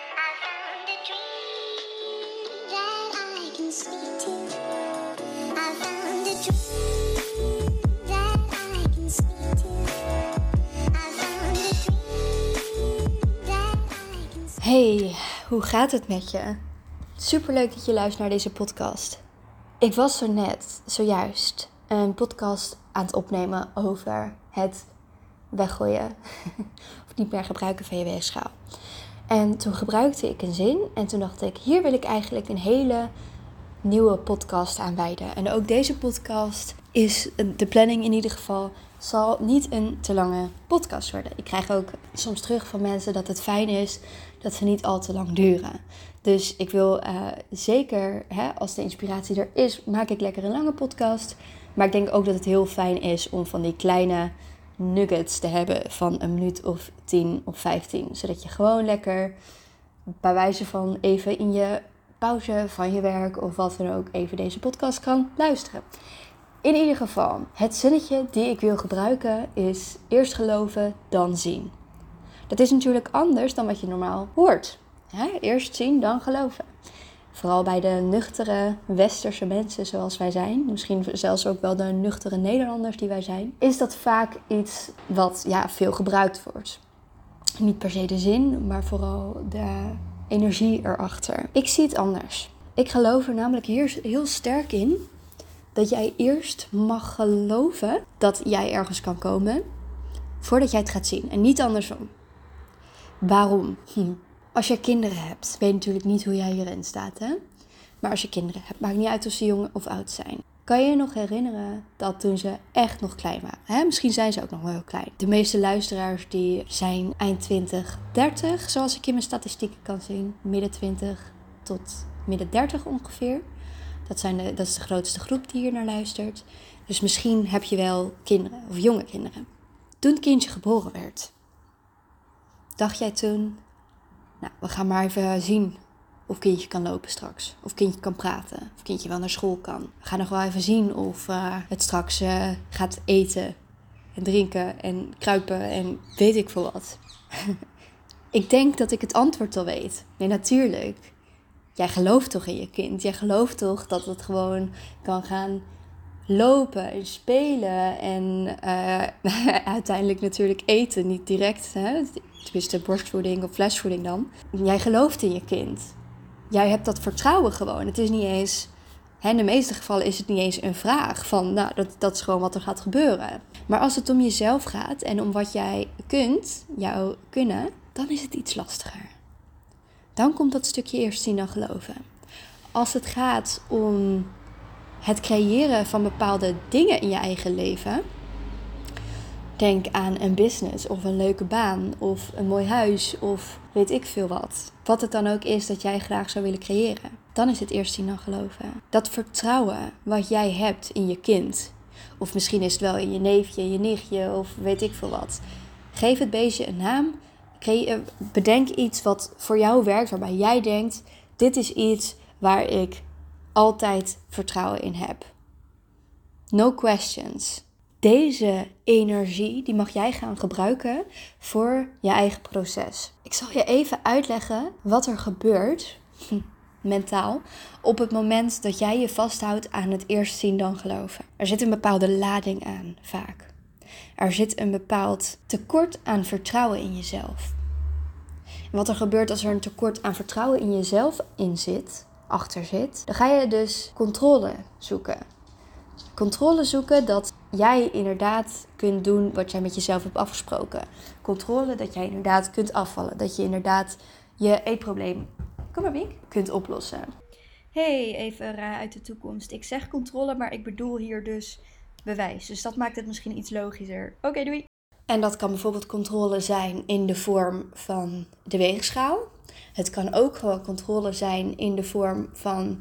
I found a dream that I can speak to. I found a dream that I can speak to. I found a dream that I can speak to. Hey, hoe gaat het met je? Superleuk dat je luistert naar deze podcast. Ik was zojuist een podcast aan het opnemen over het weggooien of niet meer gebruiken van je weegschaal. En toen gebruikte ik een zin en toen dacht ik, hier wil ik eigenlijk een hele nieuwe podcast aan wijden. En ook deze podcast is, de planning in ieder geval, zal niet een te lange podcast worden. Ik krijg ook soms terug van mensen dat het fijn is dat ze niet al te lang duren. Dus ik wil zeker, als de inspiratie er is, maak ik lekker een lange podcast. Maar ik denk ook dat het heel fijn is om van die kleine nuggets te hebben van een minuut of 10 of 15. Zodat je gewoon lekker, bij wijze van even in je pauze van je werk of wat dan ook, even deze podcast kan luisteren. In ieder geval, het zinnetje die ik wil gebruiken is eerst geloven, dan zien. Dat is natuurlijk anders dan wat je normaal hoort. Eerst zien, dan geloven. Vooral bij de nuchtere westerse mensen zoals wij zijn, misschien zelfs ook wel de nuchtere Nederlanders die wij zijn, is dat vaak iets wat veel gebruikt wordt. Niet per se de zin, maar vooral de energie erachter. Ik zie het anders. Ik geloof er namelijk hier heel sterk in dat jij eerst mag geloven dat jij ergens kan komen voordat jij het gaat zien en niet andersom. Waarom? Als je kinderen hebt, weet je natuurlijk niet hoe jij hierin staat, hè? Maar als je kinderen hebt, maakt niet uit of ze jong of oud zijn. Kan je je nog herinneren dat toen ze echt nog klein waren? Hè? Misschien zijn ze ook nog wel heel klein. De meeste luisteraars die zijn eind 20, 30, zoals ik in mijn statistieken kan zien. Midden 20 tot midden 30 ongeveer. Dat is de grootste groep die hier naar luistert. Dus misschien heb je wel kinderen of jonge kinderen. Toen het kindje geboren werd, dacht jij toen, nou, we gaan maar even zien of kindje kan lopen straks. Of kindje kan praten. Of kindje wel naar school kan. We gaan nog wel even zien of het straks gaat eten en drinken en kruipen en weet ik veel wat. Ik denk dat ik het antwoord al weet. Nee, natuurlijk. Jij gelooft toch in je kind? Jij gelooft toch dat het gewoon kan gaan lopen en spelen en uiteindelijk natuurlijk eten. Niet direct, tenminste borstvoeding of flesvoeding dan. Jij gelooft in je kind. Jij hebt dat vertrouwen gewoon. Het is niet eens, in de meeste gevallen is het niet eens een vraag van, nou, dat is gewoon wat er gaat gebeuren. Maar als het om jezelf gaat en om wat jij kunt, jouw kunnen, dan is het iets lastiger. Dan komt dat stukje eerst zien dan geloven. Als het gaat om het creëren van bepaalde dingen in je eigen leven. Denk aan een business of een leuke baan of een mooi huis of weet ik veel wat. Wat het dan ook is dat jij graag zou willen creëren. Dan is het eerst zien dan geloven. Dat vertrouwen wat jij hebt in je kind. Of misschien is het wel in je neefje, je nichtje of weet ik veel wat. Geef het beestje een naam. Bedenk iets wat voor jou werkt, waarbij jij denkt, dit is iets waar ik altijd vertrouwen in heb. No questions. Deze energie die mag jij gaan gebruiken voor je eigen proces. Ik zal je even uitleggen wat er gebeurt, mentaal, op het moment dat jij je vasthoudt aan het eerst zien dan geloven. Er zit een bepaalde lading aan, vaak. Er zit een bepaald tekort aan vertrouwen in jezelf. En wat er gebeurt als er een tekort aan vertrouwen in jezelf achter zit, dan ga je dus controle zoeken. Controle zoeken dat jij inderdaad kunt doen wat jij met jezelf hebt afgesproken. Controle dat jij inderdaad kunt afvallen. Dat je inderdaad je eetprobleem, kom maar Wiek, kunt oplossen. Hey, even uit de toekomst. Ik zeg controle, maar ik bedoel hier dus bewijs. Dus dat maakt het misschien iets logischer. Oké, doei. En dat kan bijvoorbeeld controle zijn in de vorm van de weegschaal. Het kan ook gewoon controle zijn in de vorm van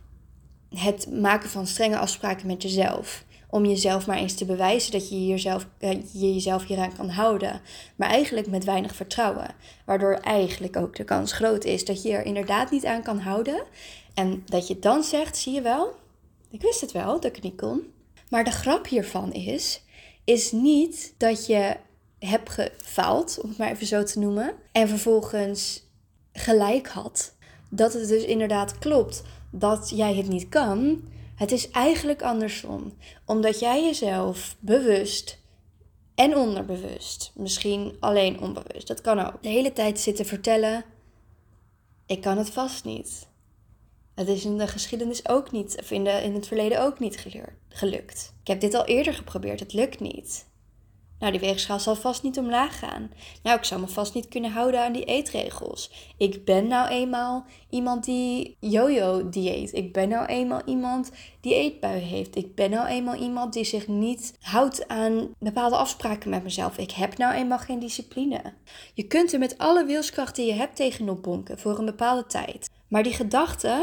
het maken van strenge afspraken met jezelf. Om jezelf maar eens te bewijzen dat je jezelf hieraan kan houden. Maar eigenlijk met weinig vertrouwen. Waardoor eigenlijk ook de kans groot is dat je er inderdaad niet aan kan houden. En dat je dan zegt, zie je wel, ik wist het wel dat ik het niet kon. Maar de grap hiervan is niet dat je hebt gefaald, om het maar even zo te noemen. En vervolgens gelijk had. Dat het dus inderdaad klopt dat jij het niet kan. Het is eigenlijk andersom. Omdat jij jezelf bewust en onderbewust, misschien alleen onbewust, dat kan ook, de hele tijd zit te vertellen: ik kan het vast niet. Het is in de geschiedenis ook niet, of in het verleden ook niet gelukt. Ik heb dit al eerder geprobeerd, het lukt niet. Nou, die weegschaal zal vast niet omlaag gaan. Nou, ik zal me vast niet kunnen houden aan die eetregels. Ik ben nou eenmaal iemand die yo-yo dieet. Ik ben nou eenmaal iemand die eetbui heeft. Ik ben nou eenmaal iemand die zich niet houdt aan bepaalde afspraken met mezelf. Ik heb nou eenmaal geen discipline. Je kunt er met alle wilskracht die je hebt tegenop bonken voor een bepaalde tijd. Maar die gedachten,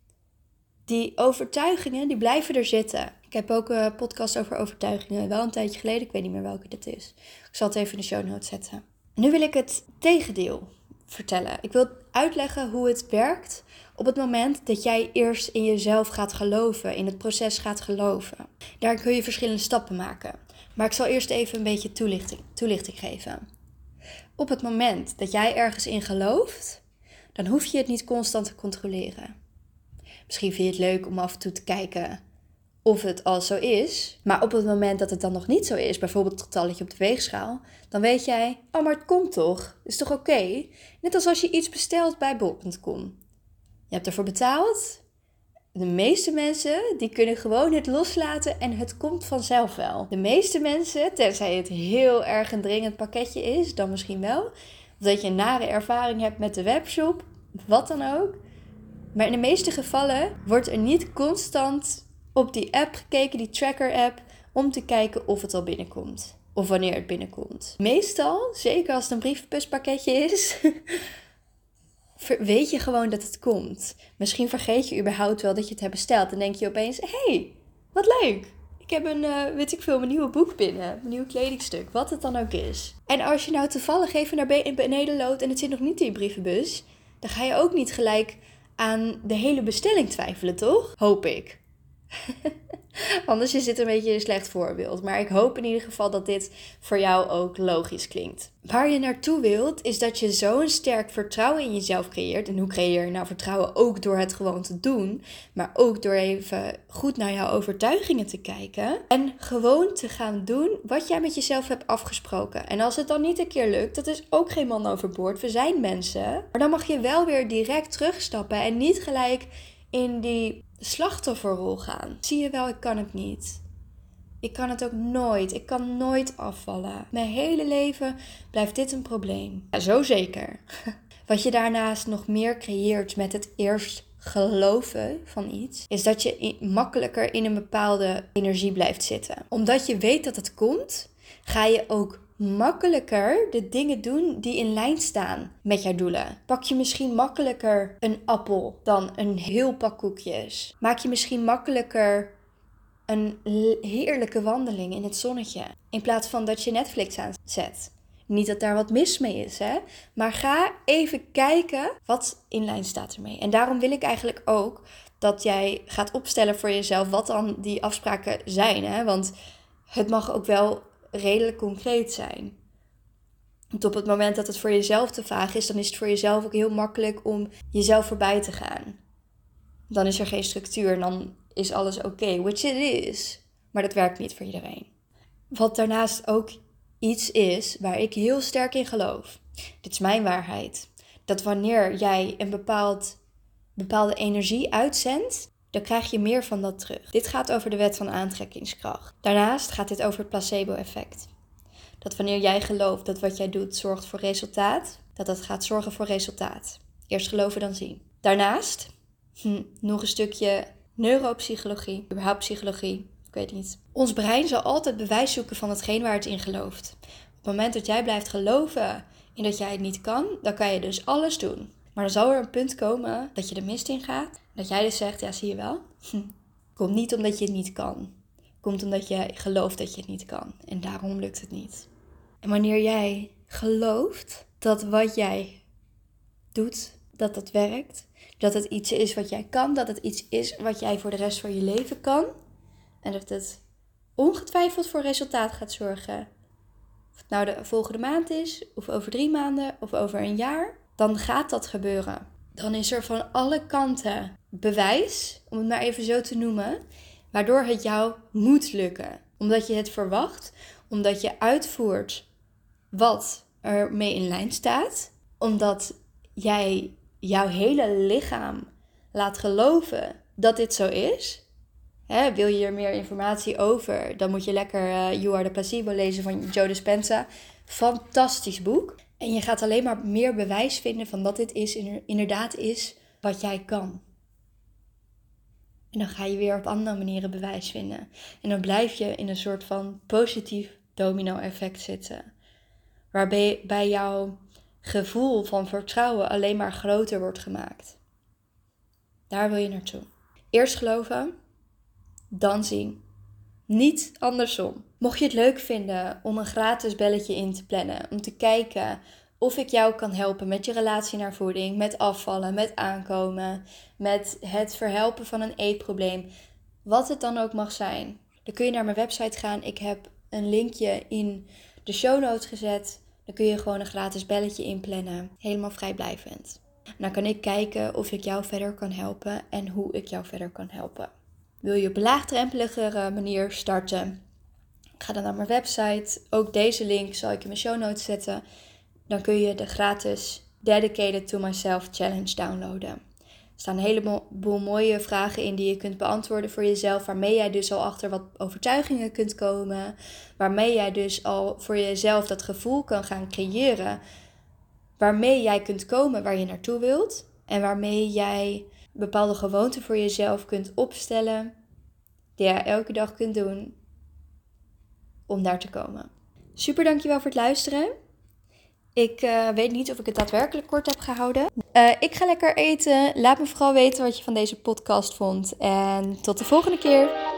die overtuigingen, die blijven er zitten. Ik heb ook een podcast over overtuigingen. Wel een tijdje geleden. Ik weet niet meer welke dit is. Ik zal het even in de show notes zetten. Nu wil ik het tegendeel vertellen. Ik wil uitleggen hoe het werkt op het moment dat jij eerst in jezelf gaat geloven. In het proces gaat geloven. Daar kun je verschillende stappen maken. Maar ik zal eerst even een beetje toelichting geven. Op het moment dat jij ergens in gelooft, dan hoef je het niet constant te controleren. Misschien vind je het leuk om af en toe te kijken of het al zo is. Maar op het moment dat het dan nog niet zo is, bijvoorbeeld het getalletje op de weegschaal, dan weet jij: oh, maar het komt toch? Is toch oké? Net als als je iets bestelt bij bol.com. Je hebt ervoor betaald. De meeste mensen die kunnen gewoon het loslaten en het komt vanzelf wel. De meeste mensen, tenzij het heel erg een dringend pakketje is, dan misschien wel. Of dat je een nare ervaring hebt met de webshop, wat dan ook. Maar in de meeste gevallen wordt er niet constant op die app gekeken, die tracker-app, om te kijken of het al binnenkomt. Of wanneer het binnenkomt. Meestal, zeker als het een brievenbuspakketje is, weet je gewoon dat het komt. Misschien vergeet je überhaupt wel dat je het hebt besteld. En denk je opeens: hey, wat leuk. Ik heb een nieuwe boek binnen. Een nieuw kledingstuk. Wat het dan ook is. En als je nou toevallig even naar beneden loopt en het zit nog niet in je brievenbus, dan ga je ook niet gelijk aan de hele bestelling twijfelen, toch? Hoop ik. Anders is dit een beetje een slecht voorbeeld. Maar ik hoop in ieder geval dat dit voor jou ook logisch klinkt. Waar je naartoe wilt, is dat je zo'n sterk vertrouwen in jezelf creëert. En hoe creëer je nou vertrouwen? Ook door het gewoon te doen. Maar ook door even goed naar jouw overtuigingen te kijken. En gewoon te gaan doen wat jij met jezelf hebt afgesproken. En als het dan niet een keer lukt, dat is ook geen man overboord. We zijn mensen. Maar dan mag je wel weer direct terugstappen. En niet gelijk in die slachtofferrol gaan. Zie je wel, ik kan het niet. Ik kan het ook nooit. Ik kan nooit afvallen. Mijn hele leven blijft dit een probleem. Ja, zo zeker. Wat je daarnaast nog meer creëert met het eerst geloven van iets, is dat je makkelijker in een bepaalde energie blijft zitten. Omdat je weet dat het komt, ga je ook makkelijker de dingen doen die in lijn staan met jouw doelen. Pak je misschien makkelijker een appel dan een heel pak koekjes. Maak je misschien makkelijker een heerlijke wandeling in het zonnetje, in plaats van dat je Netflix aanzet. Niet dat daar wat mis mee is, hè? Maar ga even kijken wat in lijn staat ermee. En daarom wil ik eigenlijk ook dat jij gaat opstellen voor jezelf wat dan die afspraken zijn, hè? Want het mag ook wel redelijk concreet zijn. Want op het moment dat het voor jezelf te vaag is, dan is het voor jezelf ook heel makkelijk om jezelf voorbij te gaan. Dan is er geen structuur en dan is alles oké, which it is. Maar dat werkt niet voor iedereen. Wat daarnaast ook iets is waar ik heel sterk in geloof. Dit is mijn waarheid. Dat wanneer jij een bepaalde energie uitzendt, dan krijg je meer van dat terug. Dit gaat over de wet van aantrekkingskracht. Daarnaast gaat dit over het placebo-effect. Dat wanneer jij gelooft dat wat jij doet zorgt voor resultaat, dat gaat zorgen voor resultaat. Eerst geloven dan zien. Daarnaast, nog een stukje neuropsychologie, überhaupt psychologie, ik weet niet. Ons brein zal altijd bewijs zoeken van hetgeen waar het in gelooft. Op het moment dat jij blijft geloven in dat jij het niet kan, dan kan je dus alles doen. Maar dan zal er een punt komen dat je de mist in gaat. Dat jij dus zegt, ja, zie je wel. Komt niet omdat je het niet kan. Komt omdat je gelooft dat je het niet kan. En daarom lukt het niet. En wanneer jij gelooft dat wat jij doet, dat het werkt. Dat het iets is wat jij kan. Dat het iets is wat jij voor de rest van je leven kan. En dat het ongetwijfeld voor resultaat gaat zorgen. Of het nou de volgende maand is, of over 3 maanden, of over een jaar. dan gaat dat gebeuren. Dan is er van alle kanten bewijs, om het maar even zo te noemen, waardoor het jou moet lukken. Omdat je het verwacht, omdat je uitvoert wat er mee in lijn staat, omdat jij jouw hele lichaam laat geloven dat dit zo is. Wil je er meer informatie over, dan moet je lekker You Are The Placebo lezen van Joe Dispenza. Fantastisch boek. En je gaat alleen maar meer bewijs vinden van dat dit inderdaad is wat jij kan. En dan ga je weer op andere manieren bewijs vinden. En dan blijf je in een soort van positief domino-effect zitten. Waarbij jouw gevoel van vertrouwen alleen maar groter wordt gemaakt. Daar wil je naartoe. Eerst geloven, dan zien. Niet andersom. Mocht je het leuk vinden om een gratis belletje in te plannen, om te kijken of ik jou kan helpen met je relatie naar voeding, met afvallen, met aankomen, met het verhelpen van een eetprobleem, wat het dan ook mag zijn, dan kun je naar mijn website gaan. Ik heb een linkje in de show notes gezet. Dan kun je gewoon een gratis belletje inplannen, helemaal vrijblijvend. En dan kan ik kijken of ik jou verder kan helpen en hoe ik jou verder kan helpen. Wil je op een laagdrempeligere manier starten? Ga dan naar mijn website. Ook deze link zal ik in mijn show notes zetten. Dan kun je de gratis Dedicated to Myself Challenge downloaden. Er staan een heleboel mooie vragen in die je kunt beantwoorden voor jezelf. Waarmee jij dus al achter wat overtuigingen kunt komen. Waarmee jij dus al voor jezelf dat gevoel kan gaan creëren. Waarmee jij kunt komen waar je naartoe wilt. En waarmee jij bepaalde gewoonten voor jezelf kunt opstellen. Die je elke dag kunt doen. Om daar te komen. Super, dankjewel voor het luisteren. Ik weet niet of ik het daadwerkelijk kort heb gehouden. Ik ga lekker eten. Laat me vooral weten wat je van deze podcast vond. En tot de volgende keer.